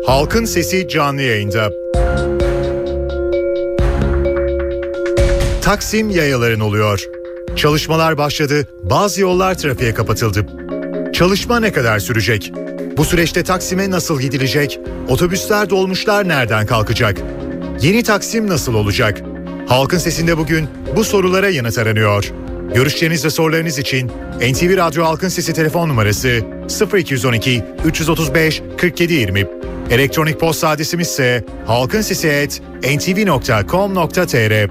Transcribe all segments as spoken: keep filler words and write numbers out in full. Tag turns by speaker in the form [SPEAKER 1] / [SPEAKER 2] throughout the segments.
[SPEAKER 1] Halkın Sesi canlı yayında. Taksim yayaların oluyor. Çalışmalar başladı, bazı yollar trafiğe kapatıldı. Çalışma ne kadar sürecek? Bu süreçte Taksim'e nasıl gidilecek? Otobüsler, dolmuşlar nereden kalkacak? Yeni Taksim nasıl olacak? Halkın Sesi'nde bugün bu sorulara yanıt aranıyor. Görüşleriniz ve sorularınız için N T V Radyo Halkın Sesi telefon numarası sıfır iki yüz on iki üç yüz otuz beş kırk yedi yirmi. Elektronik posta adresimiz ise halkinsesi at en te ve nokta com nokta te er.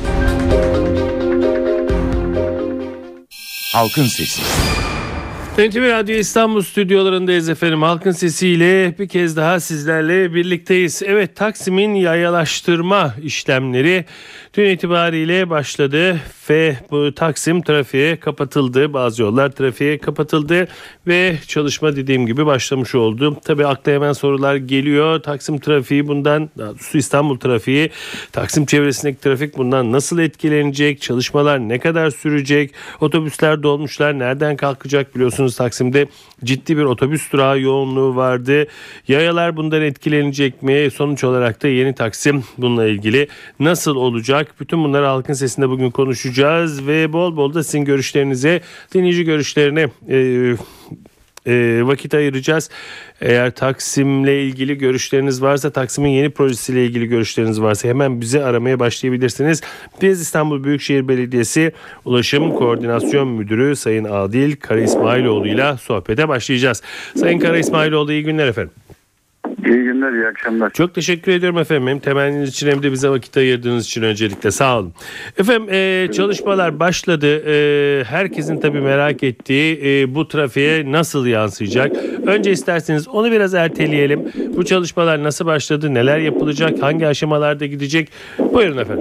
[SPEAKER 2] Halkın Sesi.
[SPEAKER 3] N T V Radyo İstanbul stüdyolarındayız efendim. Halkın Sesi ile bir kez daha sizlerle birlikteyiz. Evet, Taksim'in yayalaştırma işlemleri dün itibariyle başladı ve bu Taksim trafiğe kapatıldı. Bazı yollar trafiğe kapatıldı ve çalışma dediğim gibi başlamış oldu. Tabii akla hemen sorular geliyor. Taksim trafiği bundan, daha doğrusu İstanbul trafiği, Taksim çevresindeki trafik bundan nasıl etkilenecek? Çalışmalar ne kadar sürecek? Otobüsler, dolmuşlar nereden kalkacak? Biliyorsunuz Taksim'de ciddi bir otobüs durağı yoğunluğu vardı. Yayalar bundan etkilenecek mi? Sonuç olarak da yeni Taksim bununla ilgili nasıl olacak? Bütün bunları Halkın Sesi'nde bugün konuşacağız ve bol bol da sizin görüşlerinize, dinleyici görüşlerine e, e, vakit ayıracağız. Eğer Taksim'le ilgili görüşleriniz varsa, Taksim'in yeni projesiyle ilgili görüşleriniz varsa hemen bize aramaya başlayabilirsiniz. Biz İstanbul Büyükşehir Belediyesi Ulaşım Koordinasyon Müdürü Sayın Adil Kara İsmailoğlu ile sohbete başlayacağız. Sayın Kara İsmailoğlu, iyi günler efendim.
[SPEAKER 4] İyi günler, iyi akşamlar.
[SPEAKER 3] Çok teşekkür ediyorum efendim. Hem temenniniz için hem de bize vakit ayırdığınız için öncelikle sağ olun. Efendim e, çalışmalar başladı. E, herkesin tabii merak ettiği e, bu trafiğe nasıl yansıyacak? Önce isterseniz onu biraz erteleyelim. Bu çalışmalar nasıl başladı? Neler yapılacak? Hangi aşamalarda gidecek? Buyurun efendim.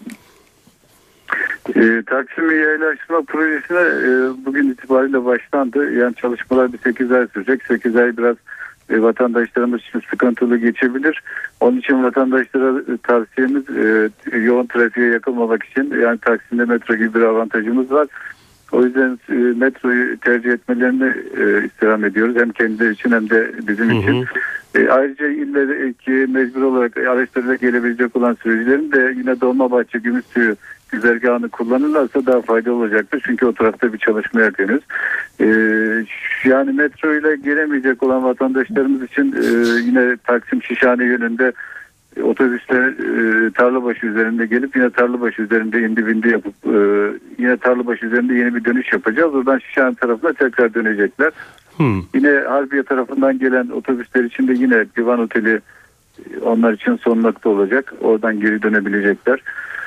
[SPEAKER 4] E, Taksim Yayalaştırma Projesi'ne e, bugün itibariyle başlandı. Yani çalışmalar bir sekiz ay sürecek. sekiz ay biraz E, vatandaşlarımız için sıkıntılı geçebilir. Onun için vatandaşlara e, tavsiyemiz e, yoğun trafiğe yakılmamak için, yani Taksim'de metro gibi bir avantajımız var. O yüzden e, metroyu tercih etmelerini e, istirham ediyoruz. Hem kendileri için hem de bizim
[SPEAKER 3] hı hı.
[SPEAKER 4] için. E, ayrıca illerdeki mecbur olarak araçlarıyla gelebilecek olan sürücülerin de yine Dolmabahçe, Gümüşsuyu güzergahını kullanırlarsa daha faydalı olacaktır. Çünkü o tarafta bir çalışma yapıyoruz. Ee, yani metro ile gelemeyecek olan vatandaşlarımız için e, yine Taksim Şişhane yönünde e, otobüsle e, Tarlabaşı üzerinde gelip yine Tarlabaşı üzerinde indi bindi yapıp e, yine Tarlabaşı üzerinde yeni bir dönüş yapacağız. Oradan Şişhane tarafına tekrar dönecekler. Hmm. Yine Harbiye tarafından gelen otobüsler için de yine Divan Oteli e, onlar için son nokta olacak. Oradan geri dönebilecekler.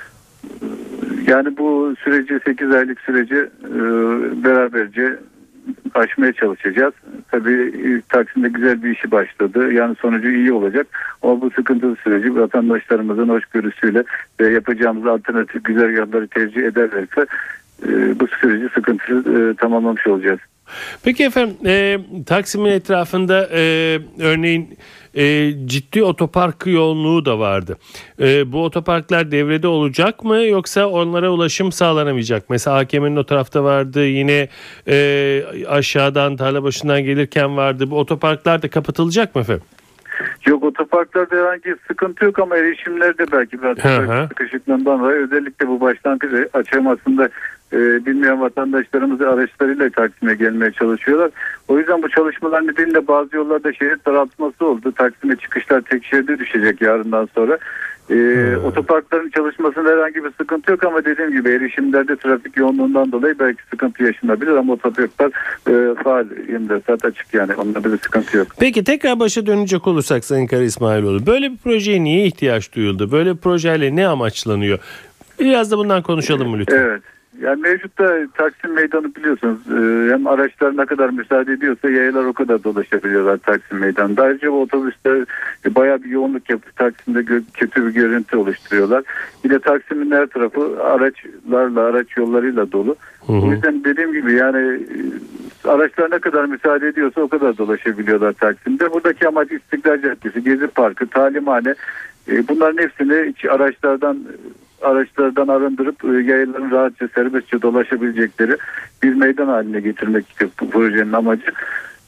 [SPEAKER 4] Yani bu süreci, sekiz aylık süreci e, beraberce aşmaya çalışacağız. Tabii Taksim'de güzel bir işi başladı. Yani sonucu iyi olacak. Ama bu sıkıntılı süreci vatandaşlarımızın hoşgörüsüyle ve yapacağımız alternatif güzergahları tercih ederlerse e, bu süreci sıkıntısız e, tamamlamış olacağız.
[SPEAKER 3] Peki efendim, e, Taksim'in etrafında e, örneğin e, ciddi otopark yoğunluğu da vardı. E, bu otoparklar devrede olacak mı, yoksa onlara ulaşım sağlanamayacak? Mesela A K M'nin o tarafta vardı, yine e, aşağıdan Tarlabaşı'ndan gelirken vardı. Bu otoparklar da kapatılacak mı efendim?
[SPEAKER 4] Yok, otoparklarda herhangi sıkıntı yok ama erişimlerde belki biraz sıkışıklığından dolayı özellikle bu başlangıç aşamasında e, bilmeyen vatandaşlarımız araçlarıyla Taksim'e gelmeye çalışıyorlar. O yüzden bu çalışmalar nedeniyle bazı yollarda şerit daraltması oldu. Taksim'e çıkışlar tek şeride düşecek yarından sonra. E, hmm. Otoparkların çalışmasında herhangi bir sıkıntı yok ama dediğim gibi erişimlerde trafik yoğunluğundan dolayı belki sıkıntı yaşanabilir ama otoparklar e, faal, yirmi dört saat açık, yani onlarda bir sıkıntı yok.
[SPEAKER 3] Peki tekrar başa dönecek olursak Sayın Kara İsmailoğlu, böyle bir projeye niye ihtiyaç duyuldu? Böyle bir projeyle ne amaçlanıyor? Biraz da bundan konuşalım mı lütfen?
[SPEAKER 4] Evet. Yani mevcutta Taksim Meydanı biliyorsunuz, hem araçlar ne kadar müsaade ediyorsa yayalar o kadar dolaşabiliyorlar Taksim Meydanı'nda. Ayrıca bu otobüsler bayağı bir yoğunluk yapıp Taksim'de kötü bir görüntü oluşturuyorlar. Bir de Taksim'in her tarafı araçlarla, araç yollarıyla dolu. Hı hı. O yüzden dediğim gibi yani araçlar ne kadar müsaade ediyorsa o kadar dolaşabiliyorlar Taksim'de. Buradaki amaç İstiklal Caddesi, Gezi Parkı, Talimhane, bunların hepsini iç araçlardan araçlardan arındırıp yayaların rahatça, serbestçe dolaşabilecekleri bir meydan haline getirmek bu projenin amacı.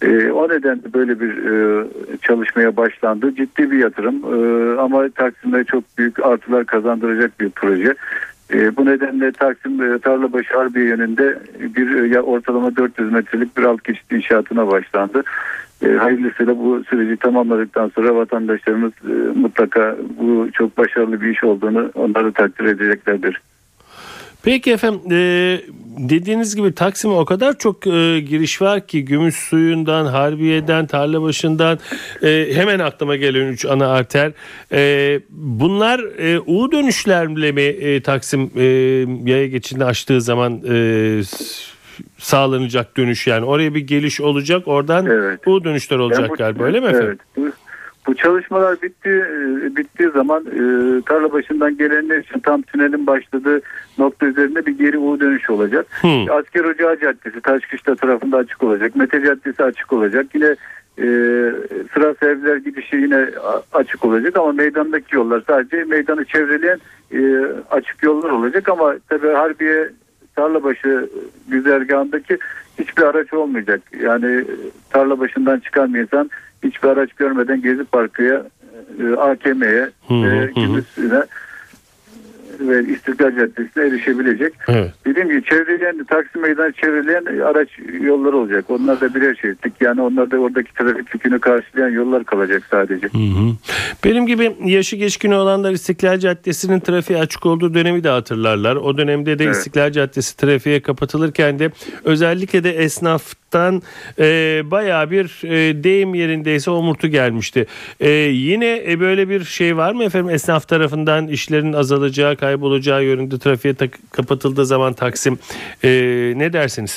[SPEAKER 4] E, o nedenle böyle bir e, çalışmaya başlandı. Ciddi bir yatırım e, ama Taksim'de çok büyük artılar kazandıracak bir proje. E, bu nedenle Taksim e, Tarlabaşı Harbiye yönünde bir ya ortalama dört yüz metrelik bir alt geçit inşaatına başlandı. E, hayırlısıyla bu süreci tamamladıktan sonra vatandaşlarımız e, mutlaka bu çok başarılı bir iş olduğunu onları takdir edeceklerdir.
[SPEAKER 3] Peki efendim, e, dediğiniz gibi Taksim'e o kadar çok e, giriş var ki Gümüşsuyu'ndan, Harbiye'den, Tarlabaşı'ndan e, hemen aklıma gelen üç ana arter. E, bunlar e, U dönüşlerle mi e, Taksim e, yaya geçidini açtığı zaman e, sağlanacak dönüş, yani oraya bir geliş olacak, oradan
[SPEAKER 4] evet.
[SPEAKER 3] U dönüşler olacak
[SPEAKER 4] yani bu,
[SPEAKER 3] galiba, öyle mi efendim?
[SPEAKER 4] Evet. Bu çalışmalar bitti, bittiği zaman e, Tarlabaşı'ndan gelenler için tam tünelin başladığı nokta üzerinde bir geri U dönüş olacak. Hmm. Asker Ocağı Caddesi Taşkışla tarafında açık olacak. Mete Caddesi açık olacak. Yine e, Sırası Evler gidişi yine açık olacak ama meydandaki yollar sadece meydanı çevreleyen e, açık yollar olacak ama tabii Harbiye Tarlabaşı güzergahındaki hiçbir araç olmayacak. Yani Tarlabaşı'ndan çıkan bir insan hiçbir araç görmeden Gezi Parkı'ya, A K M'ye, Gümüşsuyu'na ve İstiklal Caddesi'ne erişebilecek. Evet. Dediğim gibi çevreleyen, Taksim Meydanı çevreleyen araç yolları olacak. Onlar da birer şeritlik. Yani onlar da oradaki trafik yükünü karşılayan yollar kalacak sadece. Hı hı.
[SPEAKER 3] Benim gibi yaşı geçkin olanlar İstiklal Caddesi'nin trafiğe açık olduğu dönemi de hatırlarlar. O dönemde de evet. İstiklal Caddesi trafiğe kapatılırken de özellikle de esnaftan e, bayağı bir e, deyim yerindeyse omurtu gelmişti. E, yine e, böyle bir şey var mı efendim? Esnaf tarafından işlerin azalacağı, kaybolacağı yönünde trafiğe tak- kapatıldığı zaman Taksim, e, ne dersiniz?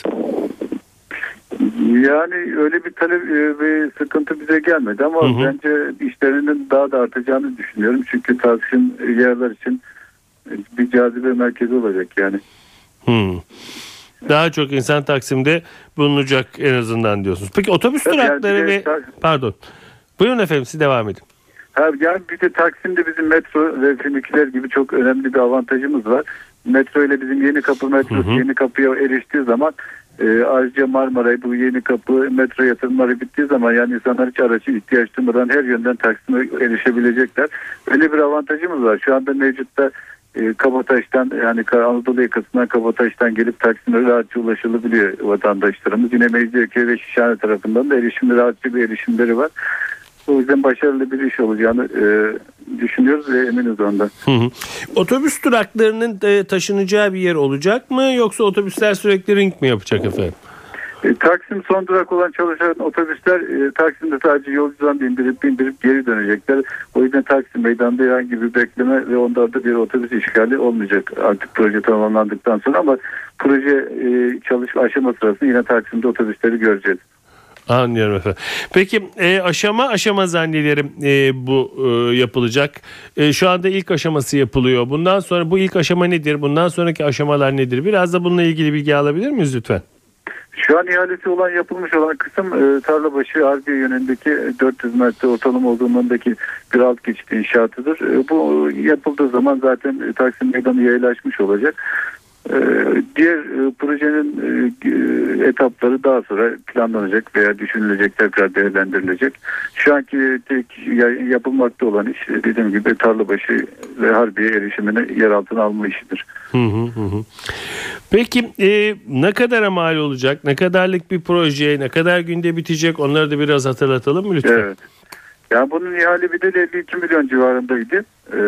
[SPEAKER 4] Yani öyle bir talep ve sıkıntı bize gelmedi ama hı hı. bence işlerinin daha da artacağını düşünüyorum. Çünkü Taksim yerler için bir cazibe merkezi olacak yani.
[SPEAKER 3] Hmm. Daha çok insan Taksim'de bulunacak en azından diyorsunuz. Peki otobüs
[SPEAKER 4] evet,
[SPEAKER 3] durakları
[SPEAKER 4] yani
[SPEAKER 3] ve de... pardon. Buyurun efendim, siz devam edin.
[SPEAKER 4] Yani bir de Taksim'de bizim metro ve füniküler gibi çok önemli bir avantajımız var. Metro ile bizim Yenikapı metrosu Yenikapı'ya eriştiği zaman e, ayrıca Marmaray, bu Yenikapı metro yatırımları bittiği zaman yani insanlar hiç araçı ihtiyaç duymadan her yönden Taksim'e erişebilecekler. Öyle bir avantajımız var. Şu anda mevcutta e, Kabataş'tan yani Anadolu yakasından Kabataş'tan gelip Taksim'e rahatça ulaşılabiliyor vatandaşlarımız. Yine Mecidiyeköy ve Şişhane tarafından da erişimli rahatça bir erişimleri var. O yüzden başarılı bir iş olacağını e, düşünüyoruz ve eminiz ondan.
[SPEAKER 3] Hı hı. Otobüs duraklarının e, taşınacağı bir yer olacak mı yoksa otobüsler sürekli ring mi yapacak efendim?
[SPEAKER 4] E, Taksim son durak olan çalışan otobüsler e, Taksim'de sadece yolcudan bindirip bindirip geri dönecekler. O yüzden Taksim Meydanı'nda herhangi bir bekleme ve onlarda bir otobüs işgali olmayacak artık proje tamamlandıktan sonra ama proje e, çalışma aşama sırasında yine Taksim'de otobüsleri göreceğiz.
[SPEAKER 3] Anlıyorum efendim. Peki e, aşama aşama zannederim e, bu e, yapılacak. E, şu anda ilk aşaması yapılıyor. Bundan sonra bu ilk aşama nedir? Bundan sonraki aşamalar nedir? Biraz da bununla ilgili bilgi alabilir miyiz lütfen?
[SPEAKER 4] Şu an ihalesi olan yapılmış olan kısım e, Tarlabaşı Harbiye yönündeki dört yüz metre ortalama olduğundaki bir alt geçit inşaatıdır. E, bu yapıldığı zaman zaten e, Taksim Meydanı yayalaşmış olacak. Ee, diğer e, projenin e, etapları daha sonra planlanacak veya düşünülecek, tekrar değerlendirilecek. Şu anki tek yapılmakta olan iş dediğim gibi Tarlabaşı ve Harbiye erişimini yer altına alma işidir.
[SPEAKER 3] Hı hı hı. Peki e, ne kadara mal olacak? Ne kadarlık bir proje? Ne kadar günde bitecek? Onları da biraz hatırlatalım mı lütfen? Evet.
[SPEAKER 4] Yani bunun ihale bedeli elli iki milyon civarındaydı.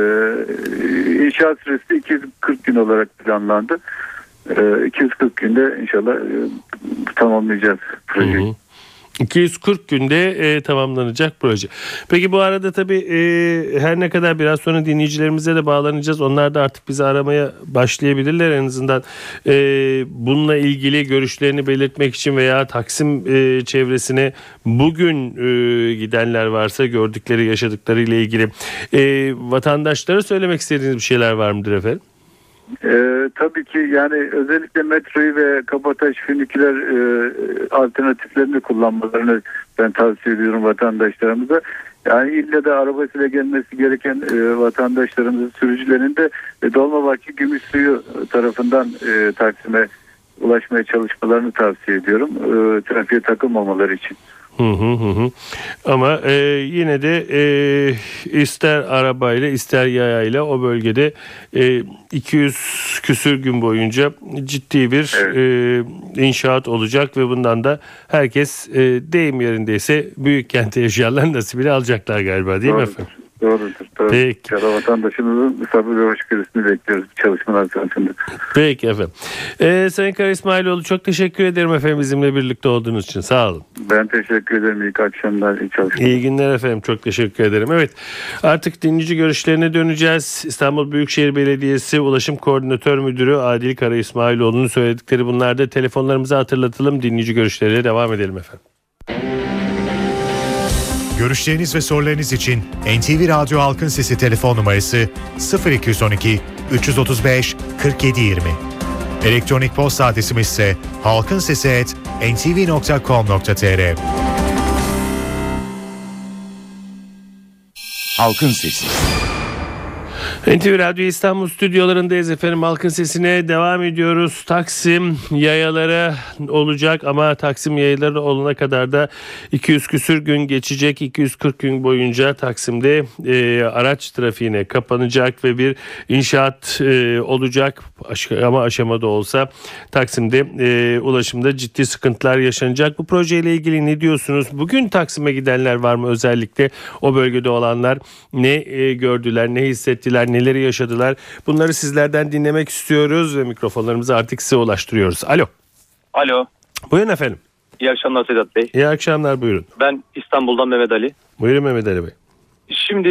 [SPEAKER 4] Ee, inşaat süresi iki yüz kırk gün olarak planlandı. Ee, iki yüz kırk günde inşallah e, tamamlayacağız projeyi. Hı hı.
[SPEAKER 3] iki yüz kırk günde e, tamamlanacak proje. Peki bu arada tabii e, her ne kadar biraz sonra dinleyicilerimize de bağlanacağız. Onlar da artık bizi aramaya başlayabilirler en azından. E, bununla ilgili görüşlerini belirtmek için veya Taksim e, çevresine bugün e, gidenler varsa gördükleri, yaşadıkları ile ilgili e, vatandaşlara söylemek istediğiniz bir şeyler var mıdır efendim?
[SPEAKER 4] Ee, tabii ki yani özellikle metroyu ve Kabataş füniküler e, alternatiflerini kullanmalarını ben tavsiye ediyorum vatandaşlarımıza. Yani illa da arabasıyla gelmesi gereken e, vatandaşlarımızın, sürücülerin de e, Dolmabahçe Gümüşsuyu tarafından e, Taksim'e ulaşmaya çalışmalarını tavsiye ediyorum. E, trafiğe takılmamaları için.
[SPEAKER 3] Hı hı hı. Ama e, yine de e, ister arabayla ister yayayla o bölgede e, iki yüz küsür gün boyunca ciddi bir
[SPEAKER 4] Evet.
[SPEAKER 3] e, inşaat olacak ve bundan da herkes e, deyim yerindeyse büyük kente yaşayanlar nasibini alacaklar galiba, değil mi
[SPEAKER 4] Doğrudur.
[SPEAKER 3] efendim?
[SPEAKER 4] Doğrudur. Doğru.
[SPEAKER 3] Peki.
[SPEAKER 4] Ya da vatandaşımızın sabır ve hoşgörüsünü bekliyoruz çalışmalar sırasında.
[SPEAKER 3] Peki efendim. Ee, Sayın Kara İsmailoğlu, çok teşekkür ederim efendim bizimle birlikte olduğunuz için. Sağ olun.
[SPEAKER 4] Ben teşekkür ederim. İyi akşamlar, iyi çalışmalar.
[SPEAKER 3] İyi günler efendim. Çok teşekkür ederim. Evet, artık dinleyici görüşlerine döneceğiz. İstanbul Büyükşehir Belediyesi Ulaşım Koordinatör Müdürü Adil Kara İsmailoğlu'nun söyledikleri bunlar da. Telefonlarımızı hatırlatalım. Dinleyici görüşleriyle devam edelim efendim.
[SPEAKER 1] Görüşleriniz ve sorularınız için N T V Radyo Halkın Sesi telefon numarası sıfır iki on iki üç otuz beş kırk yedi yirmi. Elektronik posta adresimiz ise halkinsesi at en te ve nokta com nokta te er.
[SPEAKER 2] Halkın Sesi.
[SPEAKER 3] N T V Radyo İstanbul stüdyolarındayız efendim. Halkın Sesi'ne devam ediyoruz. Taksim yayaları olacak ama Taksim yayaları olana kadar da iki yüz küsür gün geçecek. iki yüz kırk gün boyunca Taksim'de e, araç trafiğine kapanacak ve bir inşaat e, olacak. Ama aşamada olsa Taksim'de e, ulaşımda ciddi sıkıntılar yaşanacak. Bu projeyle ilgili ne diyorsunuz? Bugün Taksim'e gidenler var mı, özellikle o bölgede olanlar? Ne e, gördüler, ne hissettiler, neleri yaşadılar? Bunları sizlerden dinlemek istiyoruz ve mikrofonlarımızı artık size ulaştırıyoruz. Alo.
[SPEAKER 5] Alo.
[SPEAKER 3] Buyurun efendim.
[SPEAKER 5] İyi akşamlar Sedat Bey.
[SPEAKER 3] İyi akşamlar, buyurun.
[SPEAKER 5] Ben İstanbul'dan Mehmet Ali.
[SPEAKER 3] Buyurun Mehmet Ali Bey.
[SPEAKER 5] Şimdi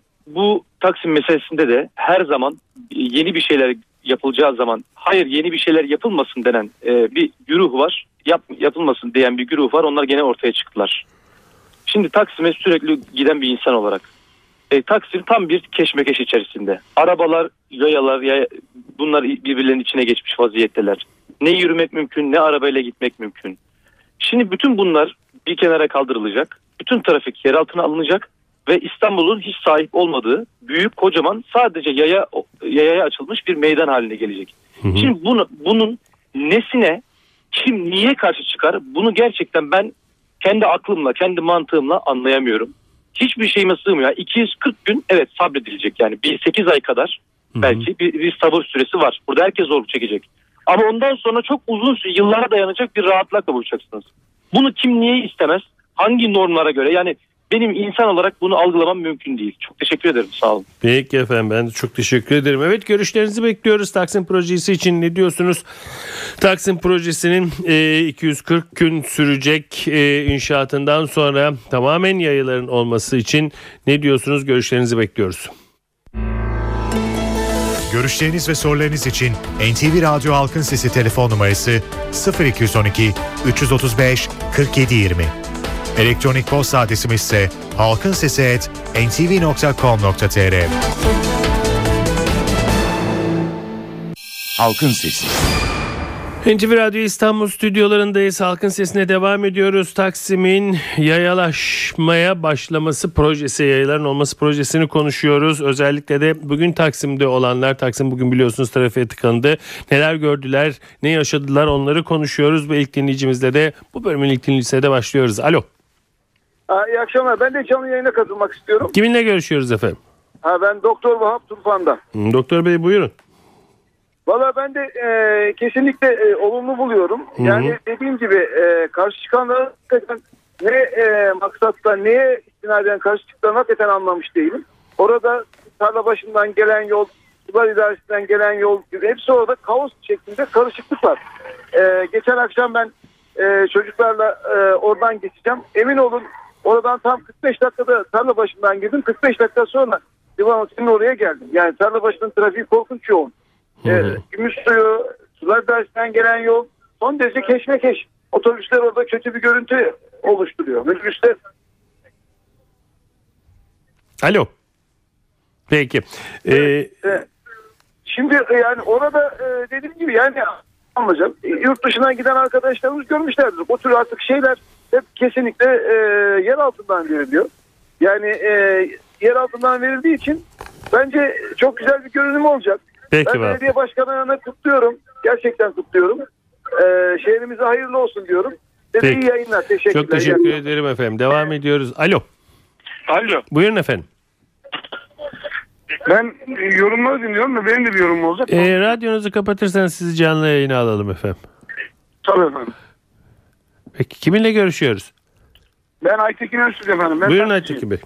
[SPEAKER 5] bu Taksim meselesinde de her zaman yeni bir şeyler yapılacağı zaman hayır yeni bir şeyler yapılmasın denen e, bir güruh var. Yap, yapılmasın diyen bir güruh var. Onlar gene ortaya çıktılar. Şimdi Taksim'e sürekli giden bir insan olarak e, Taksim tam bir keşmekeş içerisinde. Arabalar, yayalar, yaya, bunlar birbirlerinin içine geçmiş vaziyetteler. Ne yürümek mümkün, ne arabayla gitmek mümkün. Şimdi bütün bunlar bir kenara kaldırılacak. Bütün trafik yer altına alınacak ve İstanbul'un hiç sahip olmadığı büyük, kocaman, sadece yaya yayaya açılmış bir meydan haline gelecek. Hı hı. Şimdi bunu, bunun nesine, kim niye karşı çıkar? Bunu gerçekten ben kendi aklımla, kendi mantığımla anlayamıyorum. Hiçbir şeyime sığmıyor. iki yüz kırk gün evet sabredilecek, yani bir sekiz ay kadar belki bir, bir sabır süresi var. Burada herkes zorluk çekecek. Ama ondan sonra çok uzun süre, yıllara dayanacak bir rahatlıkla kavuşacaksınız. Bunu kim niye istemez? Hangi normlara göre? Yani benim insan olarak bunu algılamam mümkün değil. Çok teşekkür ederim. Sağ olun.
[SPEAKER 3] Peki efendim, ben de çok teşekkür ederim. Evet, görüşlerinizi bekliyoruz. Taksim projesi için ne diyorsunuz? Taksim projesinin e, iki yüz kırk gün sürecek e, inşaatından sonra tamamen yayaların olması için ne diyorsunuz? Görüşlerinizi bekliyoruz.
[SPEAKER 1] Görüşleriniz ve sorularınız için N T V Radyo Halkın Sesi telefon numarası sıfır iki on iki üç otuz beş kırk yedi yirmi. Elektronik posta adresimiz ise halkinsesi at en te ve nokta com nokta te er.
[SPEAKER 2] Halkın Sesi.
[SPEAKER 3] N T V Radyo İstanbul stüdyolarındayız. Halkın Sesi'ne devam ediyoruz. Taksim'in yayalaşmaya başlaması projesi, yayaların olması projesini konuşuyoruz. Özellikle de bugün Taksim'de olanlar, Taksim bugün biliyorsunuz trafiğe tıkandı. Neler gördüler, ne yaşadılar, onları konuşuyoruz. Ve ilk dinleyicimizle de bu bölümün ilk dinleyicisiyle de başlıyoruz. Alo.
[SPEAKER 6] Ha, iyi akşamlar. Ben de canlı yayına katılmak istiyorum.
[SPEAKER 3] Kiminle görüşüyoruz efendim?
[SPEAKER 6] Ha, ben Doktor Vahap Turfan'da.
[SPEAKER 3] Doktor Bey buyurun.
[SPEAKER 6] Valla ben de e, kesinlikle e, olumlu buluyorum.
[SPEAKER 3] Hı-hı.
[SPEAKER 6] Yani dediğim gibi e, karşı çıkanların ne e, maksatla, neye istinaden karşı çıktıklarını hakikaten anlamış değilim. Orada tarla başından gelen yol, sular idaresinden gelen yol gibi hepsi orada kaos şeklinde karışıklık var. E, geçen akşam ben e, çocuklarla e, oradan geçeceğim. Emin olun oradan tam kırk beş dakikada tarla başından girdim. kırk beş dakika sonra Divan Oteli'nin oraya geldim. Yani tarla başının trafiği korkunç yoğun. Evet, gümüş suyu, sular dersinden gelen yol son derece keşmekeş. Otobüsler orada kötü bir görüntü oluşturuyor. Minibüsler.
[SPEAKER 3] Alo. Peki. Ee...
[SPEAKER 6] Evet, evet. Şimdi yani orada e, dediğim gibi yani anlayacağım. Yurt dışına giden arkadaşlarımız görmüşlerdir. O tür artık şeyler hep kesinlikle e, yer altından veriliyor. Yani e, yer altından verildiği için bence çok güzel bir görünüm olacak.
[SPEAKER 3] Peki
[SPEAKER 6] ben belediye başkanlarına kutluyorum. Gerçekten kutluyorum. Ee, şehrimize hayırlı olsun diyorum. Size
[SPEAKER 3] Peki.
[SPEAKER 6] iyi yayınlar. Teşekkürler.
[SPEAKER 3] Çok teşekkür ederim efendim. Devam ediyoruz. Alo.
[SPEAKER 2] Alo.
[SPEAKER 3] Buyurun efendim.
[SPEAKER 2] Ben yorumları dinliyorum da benim de bir yorumum olacak.
[SPEAKER 3] E, radyonuzu kapatırsanız sizi canlı yayına alalım efendim.
[SPEAKER 2] Tabii efendim.
[SPEAKER 3] Peki kiminle görüşüyoruz?
[SPEAKER 2] Ben Aytekin Öztürk efendim. Ben
[SPEAKER 3] Buyurun
[SPEAKER 2] taksiciyim.
[SPEAKER 3] Aytekin Bey.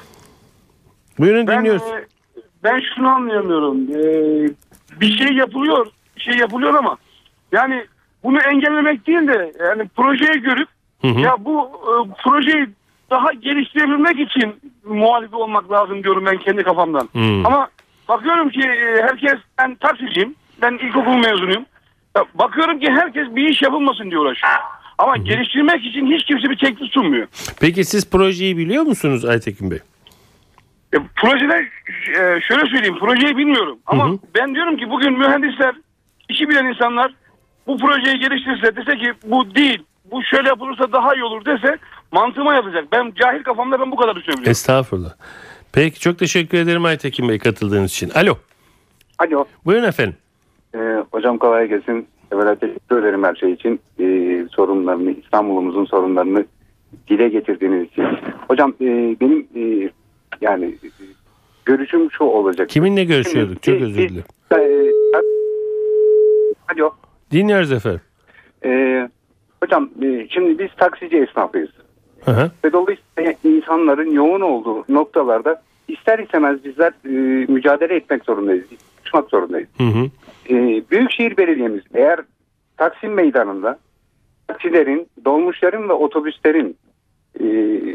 [SPEAKER 3] Buyurun
[SPEAKER 2] Ben,
[SPEAKER 3] dinliyoruz.
[SPEAKER 2] e, ben şunu anlayamıyorum. E, bir şey yapılıyor. Bir şey yapılıyor ama yani bunu engellemek değil de yani projeyi görüp
[SPEAKER 3] Hı hı.
[SPEAKER 2] ya bu e, projeyi daha geliştirebilmek için muhalif olmak lazım diyorum ben kendi kafamdan.
[SPEAKER 3] Hmm.
[SPEAKER 2] Ama bakıyorum ki e, herkes, ben taksiciyim. Ben ilkokul mezunuyum. Ya, bakıyorum ki herkes bir iş yapılmasın diye uğraşıyor. Ama geliştirmek için hiç kimse bir teklif sunmuyor.
[SPEAKER 3] Peki siz projeyi biliyor musunuz Aytekin Bey?
[SPEAKER 2] E, projede e, şöyle söyleyeyim, projeyi bilmiyorum ama
[SPEAKER 3] Hı hı.
[SPEAKER 2] ben diyorum ki bugün mühendisler, işi bilen insanlar bu projeyi geliştirse, dese ki bu değil, bu şöyle yapılırsa daha iyi olur dese mantığıma yatacak. Ben cahil kafamda ben bu kadar düşünüyorum.
[SPEAKER 3] Estağfurullah. Peki çok teşekkür ederim Aytekin Bey katıldığınız için. Alo.
[SPEAKER 7] Alo.
[SPEAKER 3] Buyurun efendim.
[SPEAKER 7] Ee, hocam kolay gelsin. Evvela teşekkür ederim her şey için. Ee, sorunlarını, İstanbul'umuzun sorunlarını dile getirdiğiniz için. Hocam e, benim e, yani e, görüşüm şu olacak.
[SPEAKER 3] Kiminle görüşüyorduk? Çok özür dilerim.
[SPEAKER 7] E, e, alo.
[SPEAKER 3] Dinliyoruz efendim.
[SPEAKER 7] Ee, hocam e, şimdi biz taksici esnafıyız.
[SPEAKER 3] Hı hı.
[SPEAKER 7] Ve dolayısıyla insanların yoğun olduğu noktalarda ister istemez bizler e, mücadele etmek zorundayız. Çıkmak zorundayız.
[SPEAKER 3] Hı hı.
[SPEAKER 7] Ee, Büyükşehir Belediye'miz eğer Taksim Meydanı'nda taksilerin, dolmuşların ve otobüslerin e,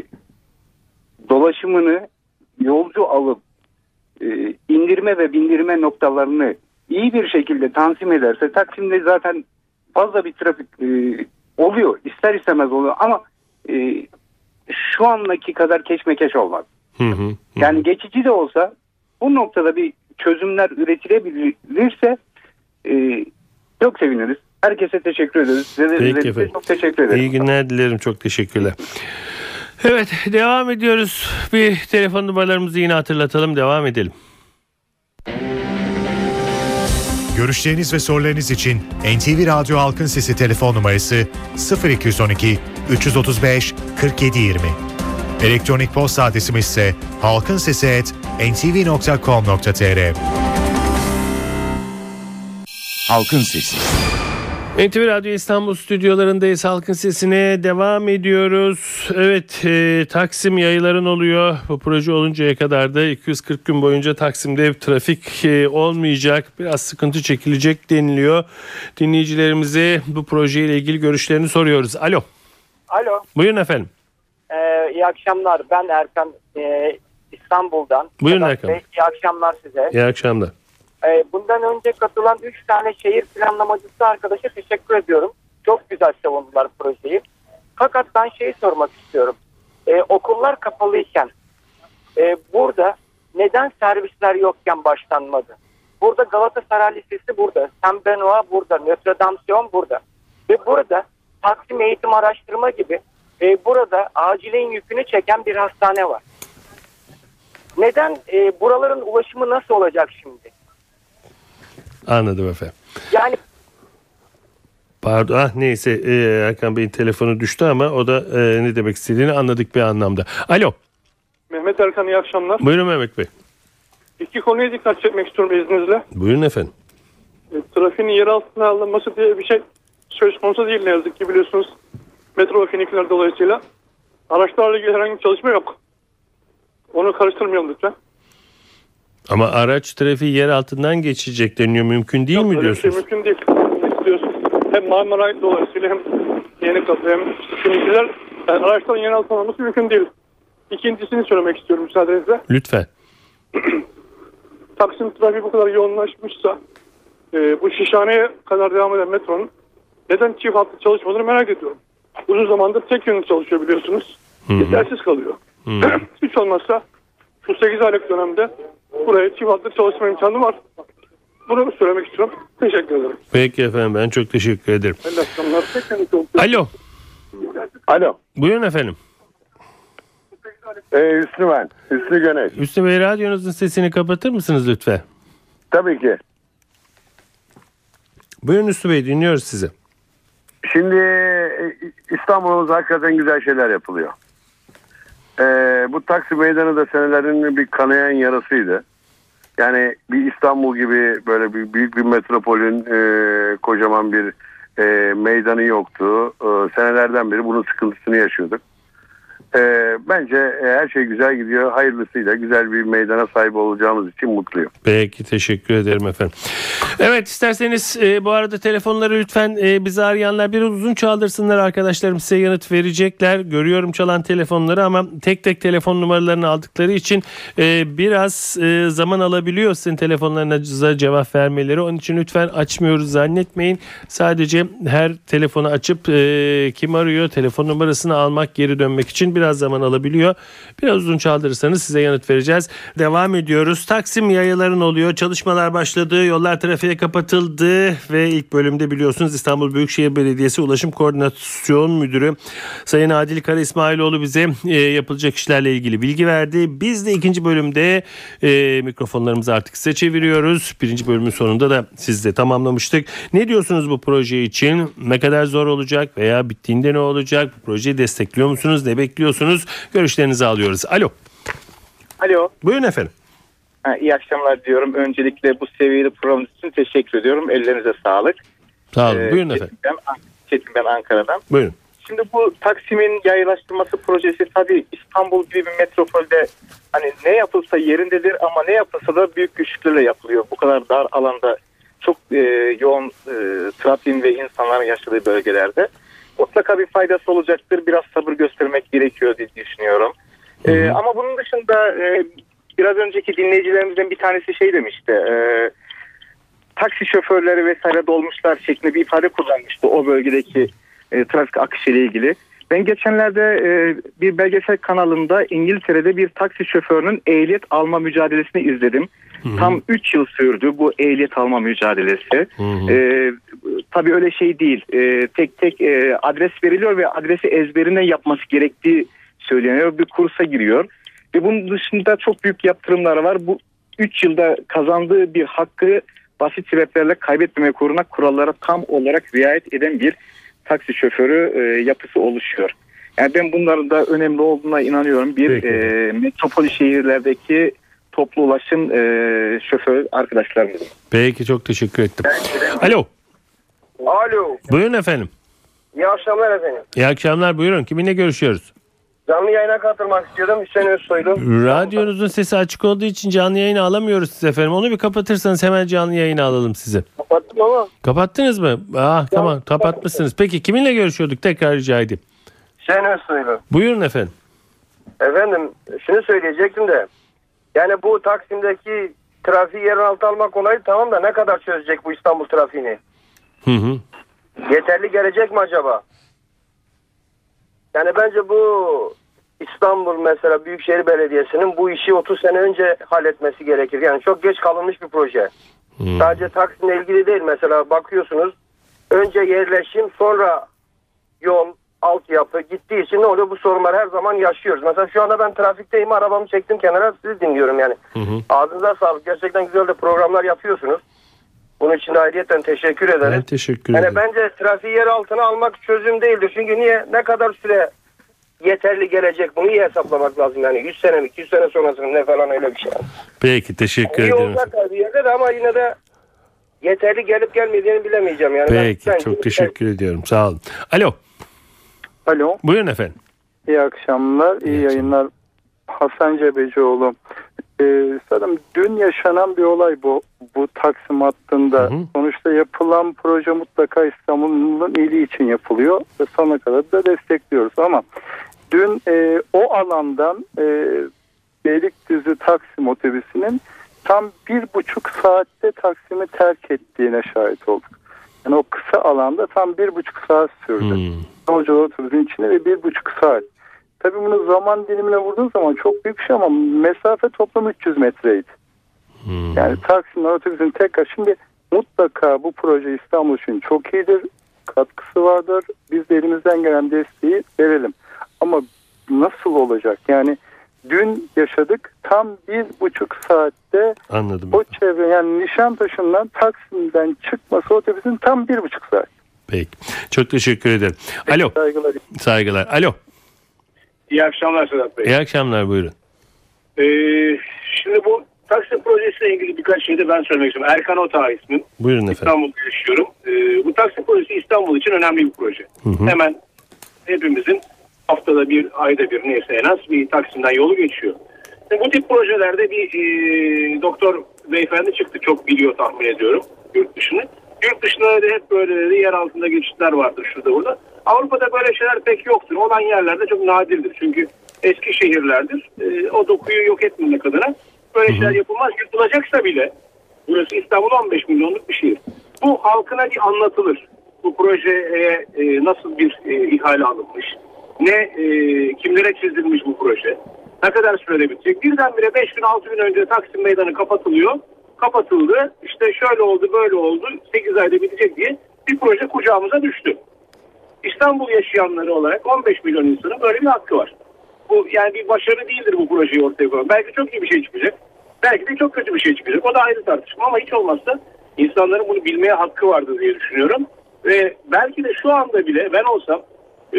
[SPEAKER 7] dolaşımını yolcu alıp e, indirme ve bindirme noktalarını iyi bir şekilde tanzim ederse Taksim'de zaten fazla bir trafik e, oluyor. İster istemez oluyor ama e, şu andaki kadar keşmekeş olmaz.
[SPEAKER 3] Hı hı. Hı.
[SPEAKER 7] Yani geçici de olsa bu noktada bir çözümler üretilebilirse e, çok seviniriz. Herkese teşekkür ederiz. Size de,
[SPEAKER 3] Peki
[SPEAKER 7] size de
[SPEAKER 3] efendim.
[SPEAKER 7] çok teşekkür ederim.
[SPEAKER 3] İyi günler dilerim. Çok teşekkürler. Evet devam ediyoruz. Bir telefon numaralarımızı yine hatırlatalım. Devam edelim.
[SPEAKER 1] Görüşleriniz ve sorularınız için N T V Radyo Halkın Sesi telefon numarası sıfır iki on iki üç otuz beş kırk yedi yirmi. Elektronik posta adresimiz ise halkinsesi et en te ve nokta com nokta te er.
[SPEAKER 8] Halkın Sesi.
[SPEAKER 3] N T V Radyo İstanbul stüdyolarındayız. Halkın Sesi'ne devam ediyoruz. Evet e, Taksim yayıların oluyor. Bu proje oluncaya kadar da iki yüz kırk gün boyunca Taksim'de trafik e, olmayacak. Biraz sıkıntı çekilecek deniliyor. Dinleyicilerimize bu projeyle ilgili görüşlerini soruyoruz. Alo.
[SPEAKER 9] Alo.
[SPEAKER 3] Buyurun efendim.
[SPEAKER 9] Ee, iyi akşamlar. Ben Erkan e, İstanbul'dan.
[SPEAKER 3] Buyurun
[SPEAKER 9] Sedat
[SPEAKER 3] Erkan.
[SPEAKER 9] Bey, İyi akşamlar size.
[SPEAKER 3] İyi akşamlar.
[SPEAKER 9] Ee, bundan önce katılan üç tane şehir planlamacısı arkadaşa teşekkür ediyorum. Çok güzel savundular projeyi. Fakat ben şeyi sormak istiyorum. Ee, okullar kapalıyken e, burada neden servisler yokken başlanmadı? Burada Galatasaray Lisesi burada. Saint Benoît burada. Notre Dame Sion burada. Ve burada Taksim Eğitim Araştırma gibi e, burada acilin yükünü çeken bir hastane var. Neden? E, buraların ulaşımı nasıl olacak şimdi?
[SPEAKER 3] Anladım efendim.
[SPEAKER 9] Yani
[SPEAKER 3] Pardon ah neyse e, Erkan Bey'in telefonu düştü ama o da e, ne demek istediğini anladık bir anlamda. Alo.
[SPEAKER 2] Mehmet Erkan, iyi akşamlar.
[SPEAKER 3] Buyurun Mehmet Bey.
[SPEAKER 2] İki konuya dikkat çekmek istiyorum izninizle.
[SPEAKER 3] Buyurun efendim.
[SPEAKER 2] E, trafiğin yer altına alınması diye bir şey söz konusu değil ne yazık ki, biliyorsunuz. Metro ve finikler dolayısıyla. Araçlarla ilgili herhangi bir çalışma yok. Onu karıştırmayalım lütfen.
[SPEAKER 3] Ama araç trafiği yer altından geçecek deniyor. Mümkün değil
[SPEAKER 2] Yok,
[SPEAKER 3] mi
[SPEAKER 2] öyle bir
[SPEAKER 3] diyorsunuz?
[SPEAKER 2] şey mümkün değil. Biliyorsunuz. Hem Marmaray dolayısıyla hem Yenikapı hem finikler, yani araçların yer altına alınması mümkün değil. İkincisini söylemek istiyorum müsaadenizle.
[SPEAKER 3] Lütfen.
[SPEAKER 2] Taksim trafiği bu kadar yoğunlaşmışsa e, bu Şişhane'ye kadar devam eden metronun neden çift hatlı çalışmadığını merak ediyorum. Uzun zamandır tek yönlü çalışıyor biliyorsunuz. Yetersiz kalıyor. Hiç olmazsa şu sekiz aylık dönemde buraya çift hatlı çalışma imkanı var. Bunu söylemek istiyorum. Teşekkür ederim.
[SPEAKER 3] Peki efendim, ben çok teşekkür ederim.
[SPEAKER 2] İyi akşamlar.
[SPEAKER 3] Alo.
[SPEAKER 10] Alo.
[SPEAKER 3] Buyurun efendim.
[SPEAKER 10] Ee, Hüsnü ben. Hüsnü Güneş.
[SPEAKER 3] Hüsnü Bey, radyonuzun sesini kapatır mısınız lütfen?
[SPEAKER 10] Tabii ki.
[SPEAKER 3] Buyurun Hüsnü Bey, dinliyoruz sizi.
[SPEAKER 10] Şimdi İstanbul'umuzda hakikaten güzel şeyler yapılıyor. E, bu Taksim Meydanı da senelerin bir kanayan yarasıydı. Yani bir İstanbul gibi böyle bir büyük bir metropolün e, kocaman bir e, meydanı yoktu. E, senelerden beri bunun sıkıntısını yaşıyorduk. E, bence e, her şey güzel gidiyor. Hayırlısıyla güzel bir meydana sahip olacağımız için mutluyum.
[SPEAKER 3] Peki, teşekkür ederim efendim. Evet, isterseniz e, bu arada telefonları lütfen e, bizi arayanlar biraz uzun çaldırsınlar, arkadaşlarım size yanıt verecekler. Görüyorum çalan telefonları ama tek tek telefon numaralarını aldıkları için e, biraz e, zaman alabiliyor sizin telefonlarınıza cevap vermeleri. Onun için lütfen açmıyoruz zannetmeyin. Sadece her telefonu açıp e, kim arıyor telefon numarasını almak, geri dönmek için biraz zaman alabiliyor. Biraz uzun çaldırırsanız size yanıt vereceğiz. Devam ediyoruz. Taksim yayaların oluyor. Çalışmalar başladı. Yollar trafiğe kapatıldı ve ilk bölümde biliyorsunuz İstanbul Büyükşehir Belediyesi Ulaşım Koordinasyon Müdürü Sayın Adil Kara İsmailoğlu bize e, yapılacak işlerle ilgili bilgi verdi. Biz de ikinci bölümde e, mikrofonlarımızı artık size çeviriyoruz. Birinci bölümün sonunda da sizle tamamlamıştık. Ne diyorsunuz bu proje için? Ne kadar zor olacak veya bittiğinde ne olacak? Bu projeyi destekliyor musunuz? Ne bekliyorsunuz? Görüşlerinizi alıyoruz. Alo.
[SPEAKER 11] Alo.
[SPEAKER 3] Buyurun efendim.
[SPEAKER 11] Ha, iyi akşamlar diyorum. Öncelikle bu seviyeli programınız için teşekkür ediyorum. Ellerinize sağlık.
[SPEAKER 3] Sağ olun.
[SPEAKER 11] Ee,
[SPEAKER 3] Buyurun efendim.
[SPEAKER 11] Ben, Çetin ben Ankara'dan.
[SPEAKER 3] Buyurun.
[SPEAKER 11] Şimdi bu Taksim'in yayalaştırması projesi tabii İstanbul gibi bir metropolde hani ne yapılsa yerindedir ama ne yapılsa da büyük güçlüklerle yapılıyor. Bu kadar dar alanda çok e, yoğun e, trafiğin ve insanların yaşadığı bölgelerde mutlaka bir faydası olacaktır. Biraz sabır göstermek gerekiyor diye düşünüyorum. E, ama bunun dışında e, biraz önceki dinleyicilerimizden bir tanesi şey demişti. E, taksi şoförleri vesaire dolmuşlar şeklinde bir ifade kullanmıştı o bölgedeki e, trafik akışı ile ilgili. Ben geçenlerde e, bir belgesel kanalında İngiltere'de bir taksi şoförünün ehliyet alma mücadelesini izledim. Hı-hı. Tam üç yıl sürdü bu ehliyet alma mücadelesi. E, tabii öyle şey değil. E, tek tek e, adres veriliyor ve adresi ezberine yapması gerektiği söyleniyor. Bir kursa giriyor. Ve bunun dışında çok büyük yaptırımlar var. Bu üç yılda kazandığı bir hakkı basit sebeplerle kaybetmemek uğruna kurallara tam olarak riayet eden bir taksi şoförü e, yapısı oluşuyor. Yani ben bunların da önemli olduğuna inanıyorum. Bir e, metropol şehirlerdeki toplu ulaşım e, şoför arkadaşlarımız.
[SPEAKER 3] Peki, çok teşekkür ettim. Alo.
[SPEAKER 12] Alo.
[SPEAKER 3] Buyurun efendim.
[SPEAKER 12] İyi akşamlar efendim.
[SPEAKER 3] İyi akşamlar, buyurun. Kiminle görüşüyoruz?
[SPEAKER 12] Canlı yayına katılmak istiyordum. Hüseyin Özsoylu.
[SPEAKER 3] Radyonuzun sesi açık olduğu için canlı yayını alamıyoruz siz efendim. Onu bir kapatırsanız hemen canlı yayını alalım size.
[SPEAKER 12] Kapattım ama.
[SPEAKER 3] Kapattınız mı? Ah, tamam, kapatmışsınız. Peki kiminle görüşüyorduk? Tekrar rica edeyim.
[SPEAKER 12] Hüseyin Özsoylu.
[SPEAKER 3] Buyurun efendim.
[SPEAKER 12] Efendim şunu söyleyecektim de. Yani bu Taksim'deki trafiği yer altı almak olayı tamam da ne kadar çözecek bu İstanbul trafiğini?
[SPEAKER 3] Hı hı.
[SPEAKER 12] Yeterli gelecek mi acaba? Yani bence bu İstanbul mesela Büyükşehir Belediyesi'nin bu işi otuz sene önce halletmesi gerekir. Yani çok geç kalınmış bir proje. Hmm. Sadece Taksim'le ilgili değil. Mesela bakıyorsunuz önce yerleşim sonra yol, altyapı gittiği için ne oluyor? Bu sorunlar her zaman yaşıyoruz. Mesela şu anda ben trafikteyim, arabamı çektim kenara, sizi dinliyorum yani. Hı hı. Ağzınıza sağlık. Gerçekten güzel de programlar yapıyorsunuz. Bunun için de ayrıyeten teşekkür ederim.
[SPEAKER 3] Ben teşekkür
[SPEAKER 12] yani
[SPEAKER 3] ederim.
[SPEAKER 12] bence trafiği yer altına almak çözüm değildir. Çünkü niye? Ne kadar süre yeterli gelecek? Bunu iyi hesaplamak lazım. Yani yüz sene mi, iki yüz sene sonrasında ne falan öyle bir şey.
[SPEAKER 3] Peki, teşekkür
[SPEAKER 12] yani
[SPEAKER 3] ederim.
[SPEAKER 12] İyi olacak bir yerde de ama yine de yeterli gelip gelmediğini bilemeyeceğim. Yani
[SPEAKER 3] Peki,
[SPEAKER 12] ben,
[SPEAKER 3] çok
[SPEAKER 12] ben,
[SPEAKER 3] teşekkür ben... ediyorum. Sağ olun. Alo.
[SPEAKER 13] Alo.
[SPEAKER 3] Buyurun efendim.
[SPEAKER 13] İyi akşamlar, iyi, iyi yayınlar. Hasan Cebecioğlu. Ee, sanırım dün yaşanan bir olay bu. Bu Taksim hattında. Hı hı. Sonuçta yapılan proje mutlaka İstanbul'un iyiliği için yapılıyor. Ve sonuna kadar da destekliyoruz. Ama dün e, o alandan e, Beylikdüzü Taksim otobüsünün tam bir buçuk saatte Taksim'i terk ettiğine şahit olduk. Yani o kısa alanda tam bir buçuk saat sürdü. Hmm. Yolcular otobüsün içinde ve bir buçuk saat. Tabii bunu zaman dilimine vurduğun zaman çok büyük bir şey ama mesafe toplam üç yüz metreydi. Hmm. Yani Taksim'den otobüsün tekrar şimdi mutlaka bu proje İstanbul için çok iyidir. Katkısı vardır. Biz de elimizden gelen desteği verelim. Ama nasıl olacak? Yani dün yaşadık tam bir buçuk saatte.
[SPEAKER 3] Anladım.
[SPEAKER 13] O çevre yani Nişantaşı'ndan Taksim'den çıkması otobüsün tam bir buçuk saat.
[SPEAKER 3] Peki. Çok teşekkür ederim. Alo.
[SPEAKER 14] Saygılar.
[SPEAKER 3] Saygılar. Alo.
[SPEAKER 14] İyi akşamlar Sedat Bey.
[SPEAKER 3] İyi akşamlar, buyurun.
[SPEAKER 14] Ee, şimdi bu Taksim projesiyle ilgili birkaç şey de ben söylemek istiyorum. Erkan Otağ ismim.
[SPEAKER 3] Buyurun efendim.
[SPEAKER 14] İstanbul'da yaşıyorum. Ee, bu Taksim projesi İstanbul için önemli bir proje.
[SPEAKER 3] Hı hı.
[SPEAKER 14] Hemen hepimizin haftada bir, ayda bir neyse en az bir Taksim'den yolu geçiyor. Şimdi bu tip projelerde bir e, doktor beyefendi çıktı. Çok biliyor tahmin ediyorum yurt dışını. Yurt dışında da hep böyle yer altında geçitler vardır şurada burada. Avrupa'da böyle şeyler pek yoktur. Olan yerlerde çok nadirdir. Çünkü eski şehirlerdir. E, o dokuyu yok etmemek adına böyle
[SPEAKER 3] Hı hı.
[SPEAKER 14] şeyler yapılmaz. Yapılacaksa bile burası İstanbul on beş milyonluk bir şehir. Bu halkına bir anlatılır. Bu projeye e, nasıl bir e, ihale alınmış? Ne e, kimlere çizilmiş bu proje? Ne kadar sürede bitecek? Birdenbire beş gün altı gün önce Taksim Meydanı kapatılıyor. Kapatıldı. İşte şöyle oldu böyle oldu. sekiz ayda bitecek diye bir proje kucağımıza düştü. İstanbul yaşayanları olarak on beş milyon insanın böyle bir hakkı var. Bu yani bir başarı değildir bu projeyi ortaya koymak. Belki çok iyi bir şey çıkacak. Belki de çok kötü bir şey çıkacak. O da ayrı tartışma ama hiç olmazsa insanların bunu bilmeye hakkı vardır diye düşünüyorum. Ve belki de şu anda bile ben olsam e,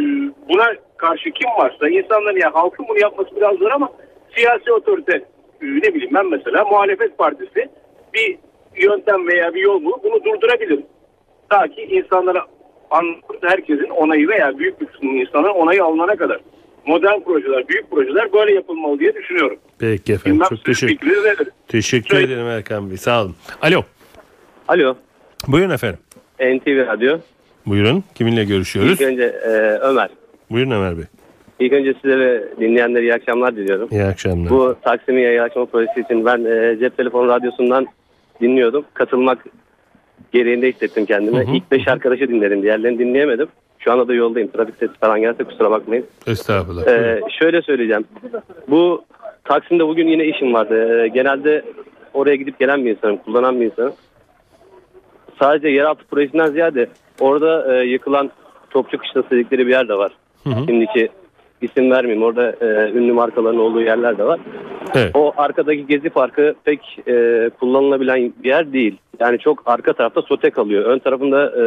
[SPEAKER 14] buna karşı kim varsa insanların yani halkın bunu yapması biraz zor ama siyasi otorite e, ne bileyim ben mesela muhalefet partisi bir yöntem veya bir yol bulup bunu durdurabilir. Ta ki insanlara herkesin onayı veya büyük bir kısmının insanların onayı alınana kadar. Modern projeler, büyük projeler böyle yapılmalı diye düşünüyorum.
[SPEAKER 3] Peki efendim.
[SPEAKER 14] Bilmem
[SPEAKER 3] çok teşekkür, teşekkür
[SPEAKER 14] Söyle.
[SPEAKER 3] ederim Erkan Bey. Sağ olun. Alo.
[SPEAKER 15] Alo.
[SPEAKER 3] Buyurun efendim.
[SPEAKER 15] N T V Radyo.
[SPEAKER 3] Buyurun. Kiminle görüşüyoruz?
[SPEAKER 15] İlk önce e, Ömer.
[SPEAKER 3] Buyurun Ömer Bey.
[SPEAKER 15] İlk önce size ve dinleyenlere iyi akşamlar diliyorum.
[SPEAKER 3] İyi akşamlar.
[SPEAKER 15] Bu Taksim'in yayınlaşma projesi için ben e, cep telefonu radyosundan dinliyordum. Katılmak gereğinde hissettim kendimi.
[SPEAKER 3] Hı hı.
[SPEAKER 15] İlk beş arkadaşı dinledim. Diğerlerini dinleyemedim. Şu anda da yoldayım. Trafik sesi falan gelse kusura bakmayın.
[SPEAKER 3] Estağfurullah.
[SPEAKER 15] Ee, şöyle söyleyeceğim. Bu Taksim'de bugün yine işim vardı. Ee, genelde oraya gidip gelen bir insanım. Kullanan bir insanım. Sadece yeraltı projesinden ziyade orada e, yıkılan Topçu Kışlası dedikleri bir yer de var.
[SPEAKER 3] Hı hı.
[SPEAKER 15] Şimdiki isim vermeyeyim. Orada e, ünlü markaların olduğu yerler de var.
[SPEAKER 3] Evet.
[SPEAKER 15] O arkadaki Gezi Parkı pek e, kullanılabilen bir yer değil. Yani çok arka tarafta sote kalıyor. Ön tarafında e,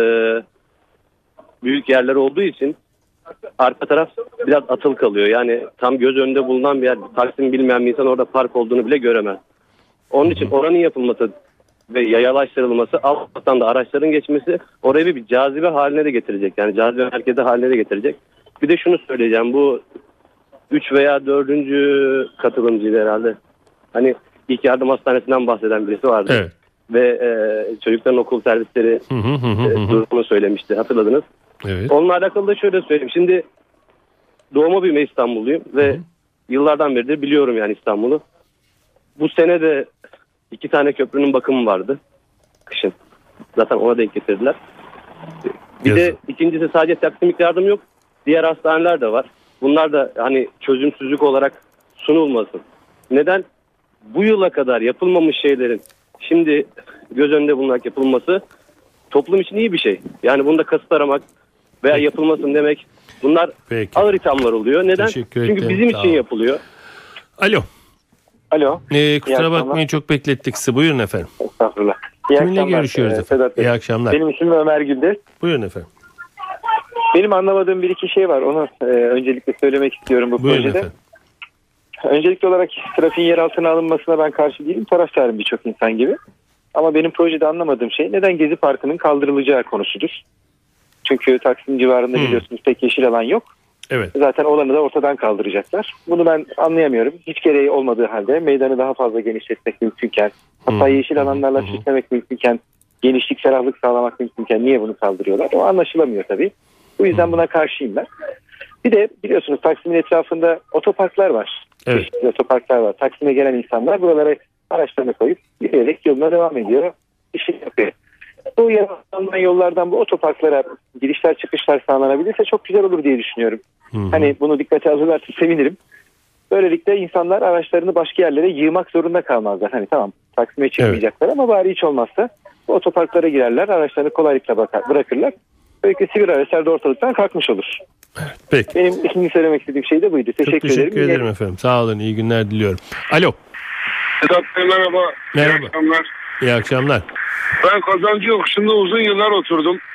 [SPEAKER 15] büyük yerler olduğu için arka taraf biraz atıl kalıyor. Yani tam göz önünde bulunan bir yer. Taksim bilmeyen bir insan orada park olduğunu bile göremez. Onun için oranın yapılması ve yayalaştırılması, alttan da araçların geçmesi orayı bir cazibe haline de getirecek. Yani cazibe merkezi haline de getirecek. Bir de şunu söyleyeceğim. Bu üç veya dördüncü katılımcıydı herhalde. Hani ilk yardım hastanesinden bahseden birisi vardı.
[SPEAKER 3] Evet.
[SPEAKER 15] Ve e, çocukların okul servisleri
[SPEAKER 3] Hı hı hı hı.
[SPEAKER 15] e, durumunu söylemişti. Hatırladınız.
[SPEAKER 3] Evet.
[SPEAKER 15] Onunla alakalı da şöyle söyleyeyim. Şimdi doğma büyüme İstanbulluyum ve hı hı. yıllardan beridir biliyorum yani İstanbul'u. Bu sene de iki tane köprünün bakımı vardı. Kışın. Zaten ona denk getirdiler. Bir
[SPEAKER 3] Yazın.
[SPEAKER 15] de ikincisi sadece Taksim'lik yardım yok. Diğer hastaneler de var. Bunlar da hani çözümsüzlük olarak sunulmasın. Neden? Bu yıla kadar yapılmamış şeylerin şimdi göz önünde bulunarak yapılması toplum için iyi bir şey. Yani bunda kasıt aramak veya
[SPEAKER 3] Peki.
[SPEAKER 15] yapılmasın demek bunlar
[SPEAKER 3] Peki.
[SPEAKER 15] ağır ithamlar oluyor. Neden?
[SPEAKER 3] Teşekkür
[SPEAKER 15] Çünkü
[SPEAKER 3] ederim.
[SPEAKER 15] bizim
[SPEAKER 3] Sağ
[SPEAKER 15] için
[SPEAKER 3] olun.
[SPEAKER 15] yapılıyor.
[SPEAKER 3] Alo.
[SPEAKER 13] Alo.
[SPEAKER 3] Ee, kusura
[SPEAKER 13] akşamlar.
[SPEAKER 3] bakmayın çok beklettik sizi. Buyurun efendim.
[SPEAKER 13] Estağfurullah. İyi
[SPEAKER 3] Kiminle
[SPEAKER 13] akşamlar,
[SPEAKER 3] görüşüyoruz
[SPEAKER 13] e,
[SPEAKER 3] efendim?
[SPEAKER 13] Sedat Bey.
[SPEAKER 3] İyi akşamlar.
[SPEAKER 13] Benim ismim Ömer Güldür.
[SPEAKER 3] Buyurun efendim.
[SPEAKER 13] Benim anlamadığım bir iki şey var. Onu e, öncelikle söylemek istiyorum bu
[SPEAKER 3] Buyurun
[SPEAKER 13] projede.
[SPEAKER 3] efendim.
[SPEAKER 13] Öncelikli olarak trafiğin yer altına alınmasına ben karşı değilim. Taraftarım birçok insan gibi. Ama benim projede anlamadığım şey neden Gezi Parkı'nın kaldırılacağı konusudur. Çünkü Taksim civarında
[SPEAKER 3] Hmm.
[SPEAKER 13] biliyorsunuz pek yeşil alan yok.
[SPEAKER 3] Evet.
[SPEAKER 13] Zaten olanı da ortadan kaldıracaklar. Bunu ben anlayamıyorum. Hiç gereği olmadığı halde meydanı daha fazla genişletmek mümkünken, hatta
[SPEAKER 3] Hmm.
[SPEAKER 13] yeşil alanlarla
[SPEAKER 3] Hmm.
[SPEAKER 13] süslemek mümkünken, genişlik, ferahlık sağlamak mümkünken niye bunu kaldırıyorlar? O anlaşılamıyor tabii. Bu yüzden buna karşıyım ben. Bir de biliyorsunuz Taksim'in etrafında otoparklar var.
[SPEAKER 3] Evet.
[SPEAKER 13] Çeşitli otoparklar var. Taksim'e gelen insanlar buralara araçlarını koyup yürüyerek yoluna devam ediyor. İşi yapıyor. Bu yaratılan yollardan bu otoparklara girişler çıkışlar sağlanabilirse çok güzel olur diye düşünüyorum.
[SPEAKER 3] Hı hı.
[SPEAKER 13] Hani bunu dikkate alırlarsa sevinirim. Böylelikle insanlar araçlarını başka yerlere yığmak zorunda kalmazlar. Hani tamam Taksim'e çıkmayacaklar ama bari hiç olmazsa bu otoparklara girerler, araçlarını kolaylıkla bakar, bırakırlar. Böylelikle sivil araçlar da ortalıktan kalkmış olur.
[SPEAKER 3] Peki.
[SPEAKER 13] Benim şimdi söylemek istediğim şey de buydu. Teşekkür,
[SPEAKER 3] Çok teşekkür
[SPEAKER 13] ederim.
[SPEAKER 3] ederim efendim. Sağ olun. İyi günler diliyorum. Alo.
[SPEAKER 16] Sedat Bey merhaba.
[SPEAKER 3] Merhaba.
[SPEAKER 16] İyi akşamlar.
[SPEAKER 3] İyi akşamlar.
[SPEAKER 16] Ben Kazancı Yokuşu'nda uzun yıllar oturdum.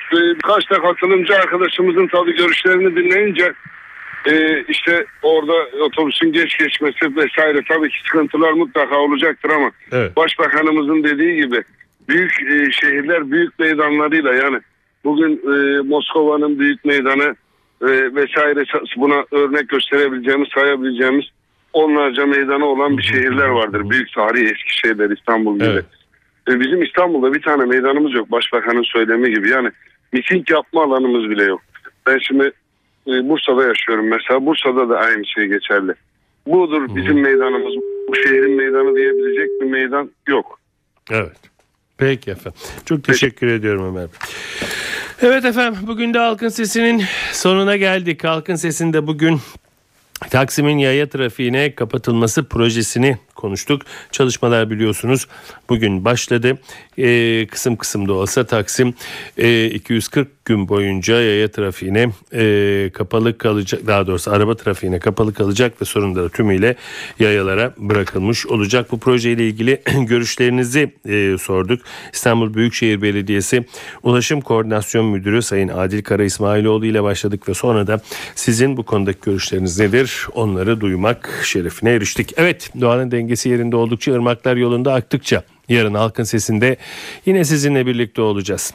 [SPEAKER 10] birkaç da katılımcı arkadaşımızın tabii görüşlerini dinleyince e, işte orada otobüsün geç geçmesi vesaire tabii ki sıkıntılar mutlaka olacaktır ama evet. Başbakanımızın dediği gibi büyük e, şehirler büyük meydanlarıyla, yani bugün e, Moskova'nın büyük meydanı e, vesaire, buna örnek gösterebileceğimiz, sayabileceğimiz onlarca meydanı olan bir şehirler vardır. Büyük tarihi eski şehirler, İstanbul gibi. Evet. E, bizim İstanbul'da bir tane meydanımız yok. Başbakanın söylemi gibi. Yani miting yapma alanımız bile yok. Ben şimdi e, Bursa'da yaşıyorum mesela. Bursa'da da aynı şey geçerli. Budur bizim meydanımız. Bu şehrin meydanı diyebilecek bir meydan yok.
[SPEAKER 3] Evet. Peki efendim. Çok teşekkür Peki. ediyorum Ömer Bey. Evet efendim, bugün de Halkın Sesi'nin sonuna geldik. Halkın Sesi'nde bugün Taksim'in yaya trafiğine kapatılması projesini konuştuk. Çalışmalar biliyorsunuz bugün başladı. Ee, kısım kısım da olsa Taksim e, iki yüz kırk gün boyunca yaya trafiğine e, kapalı kalacak. Daha doğrusu araba trafiğine kapalı kalacak ve sorunları tümüyle yayalara bırakılmış olacak. Bu projeyle ilgili görüşlerinizi e, sorduk. İstanbul Büyükşehir Belediyesi Ulaşım Koordinasyon Müdürü Sayın Adil Kara İsmailoğlu ile başladık ve sonra da sizin bu konudaki görüşleriniz nedir? Onları duymak şerefine eriştik. Evet, doğanın dengesi yerinde oldukça, ırmaklar yolunda aktıkça yarın Halkın Sesi'nde yine sizinle birlikte olacağız.